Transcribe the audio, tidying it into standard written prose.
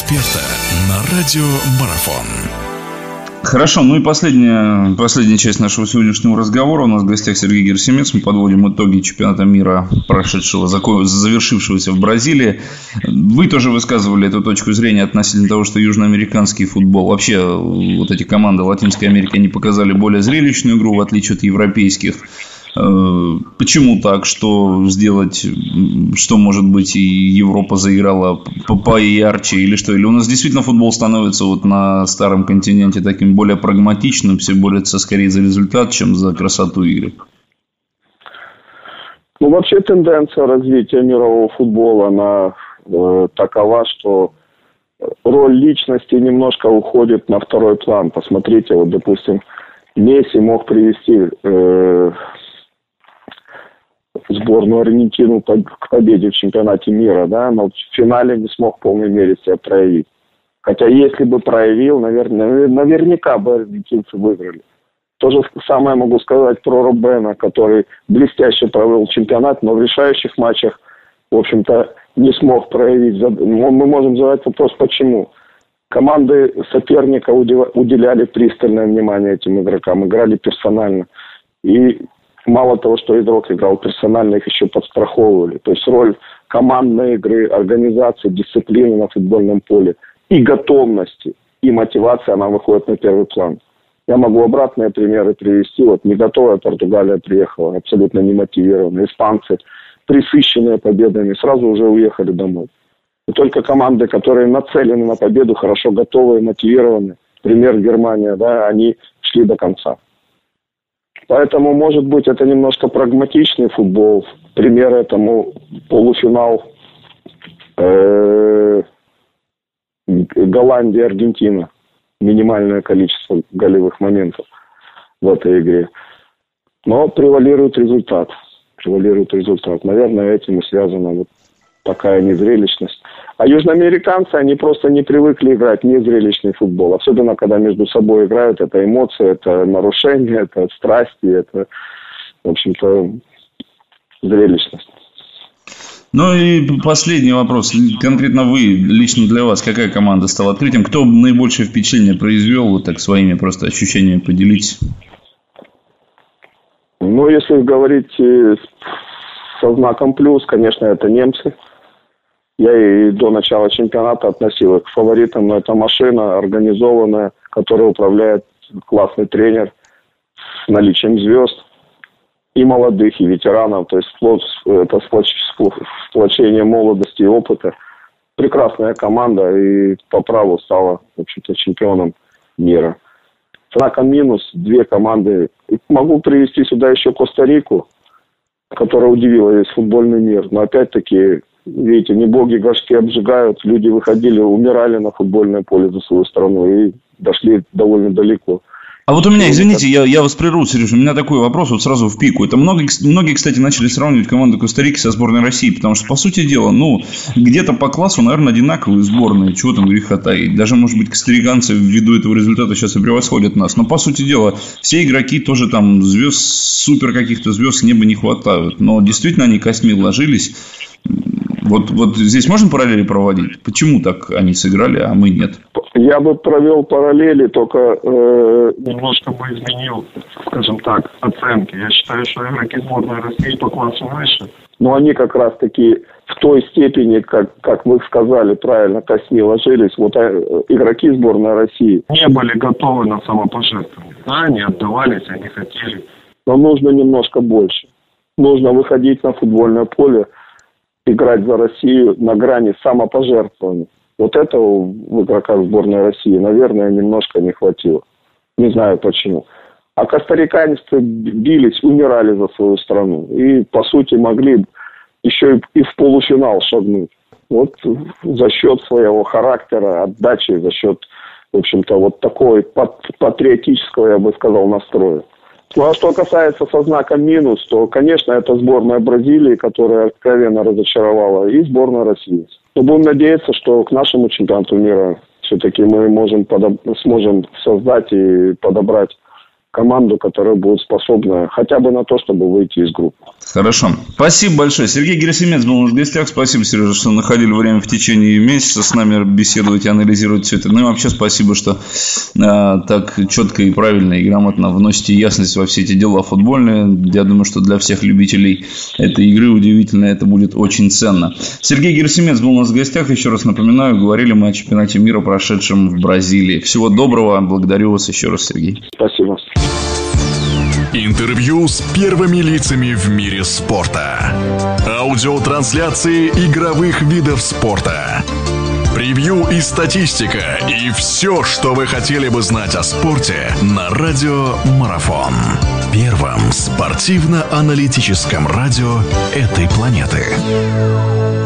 эксперта на радио Марафон. Хорошо, ну и последняя часть нашего сегодняшнего разговора. У нас в гостях Сергей Герасимец. Мы подводим итоги чемпионата мира, завершившегося в Бразилии. Вы тоже высказывали эту точку зрения относительно того, что южноамериканский футбол, вообще вот эти команды Латинской Америки, они показали более зрелищную игру, в отличие от европейских. Почему так? Что сделать? Что, может быть, и Европа заиграла поярче или что? Или у нас действительно футбол становится вот на старом континенте таким более прагматичным, все борются скорее за результат, чем за красоту игры? Ну, вообще тенденция развития мирового футбола, она такова, что роль личности немножко уходит на второй план. Посмотрите, вот, допустим, Месси мог привести сборную Аргентину к победе в чемпионате мира, да, но в финале не смог в полной мере себя проявить. Хотя если бы проявил, наверняка бы аргентинцы выиграли. То же самое могу сказать про Роббена, который блестяще провел чемпионат, но в решающих матчах, в общем-то, не смог проявить. Мы можем задать вопрос, почему. Команды соперника уделяли пристальное внимание этим игрокам, играли персонально. И мало того, что игрок играл персонально, их еще подстраховывали. То есть роль командной игры, организации, дисциплины на футбольном поле и готовности, и мотивации, она выходит на первый план. Я могу обратные примеры привести. Вот не готовая Португалия приехала, абсолютно не мотивированная. Испанцы, присыщенные победами, сразу уже уехали домой. И только команды, которые нацелены на победу, хорошо готовы, мотивированы, пример Германия, да, они шли до конца. Поэтому, может быть, это немножко прагматичный футбол. Пример этому полуфинал Голландия-Аргентина. Минимальное количество голевых моментов в этой игре. Но превалирует результат. Наверное, этим и связана вот такая незрелищность. А южноамериканцы, они просто не привыкли играть незрелищный футбол. Особенно, когда между собой играют. Это эмоции, это нарушения, это страсти, это, в общем-то, зрелищность. Ну и последний вопрос. Конкретно вы, лично для вас, какая команда стала открытием? Кто наибольшее впечатление произвел? Вот так своими просто ощущениями поделитесь. Ну, если говорить со знаком плюс, конечно, это немцы. Я и до начала чемпионата относил их к фаворитам, но это машина организованная, которой управляет классный тренер с наличием звезд и молодых, и ветеранов. То есть это сплочение молодости и опыта. Прекрасная команда и по праву стала, в общем-то, чемпионом мира. Знаком минус две команды. Могу привести сюда еще Коста-Рику, которая удивила весь футбольный мир. Но опять-таки, видите, не боги горшки обжигают. Люди выходили, умирали на футбольное поле за свою страну и дошли довольно далеко. А вот у меня, извините, я вас прерву, Сереж, у меня такой вопрос вот сразу в пику. Это многие, кстати, начали сравнивать команду Коста-Рики со сборной России, потому что, по сути дела, где-то по классу, наверное, одинаковые сборные, чего там греха таить. Даже, может быть, костариканцы ввиду этого результата сейчас и превосходят нас. Но, по сути дела, все игроки тоже там звезд, супер каких-то звезд с неба не хватают. Но действительно они костьми ложились. Вот здесь можно параллели проводить? Почему так они сыграли, а мы нет? Я бы провел параллели, только немножко бы изменил, скажем так, оценки. Я считаю, что игроки сборной России по классу выше. Но они как раз-таки в той степени, как вы сказали правильно, костьми ложились. Вот игроки сборной России не были готовы на самопожертвование. Да, они отдавались, они хотели. Но нужно немножко больше. Нужно выходить на футбольное поле, играть за Россию на грани самопожертвования. Вот этого в игроках сборной России, наверное, немножко не хватило. Не знаю почему. А костариканцы бились, умирали за свою страну. И, по сути, могли еще и в полуфинал шагнуть. Вот за счет своего характера, отдачи, за счет, в общем-то, вот такой патриотического, я бы сказал, настроя. Ну, а что касается со знаком минус, то, конечно, это сборная Бразилии, которая откровенно разочаровала, и сборная России. Но будем надеяться, что к нашему чемпионату мира все-таки мы сможем создать и подобрать команду, которая будет способна хотя бы на то, чтобы выйти из группы. Хорошо. Спасибо большое. Сергей Герасимец был у нас в гостях. Спасибо, Сережа, что находили время в течение месяца с нами беседовать и анализировать все это. Ну и вообще спасибо, что так четко и правильно и грамотно вносите ясность во все эти дела футбольные. Я думаю, что для всех любителей этой игры удивительно, это будет очень ценно. Сергей Герасимец был у нас в гостях. Еще раз напоминаю, говорили мы о чемпионате мира, прошедшем в Бразилии. Всего доброго. Благодарю вас еще раз, Сергей. Спасибо. Интервью с первыми лицами в мире спорта. Аудиотрансляции игровых видов спорта. Превью и статистика. И все, что вы хотели бы знать о спорте на Радио Марафон. Первом спортивно-аналитическом радио этой планеты.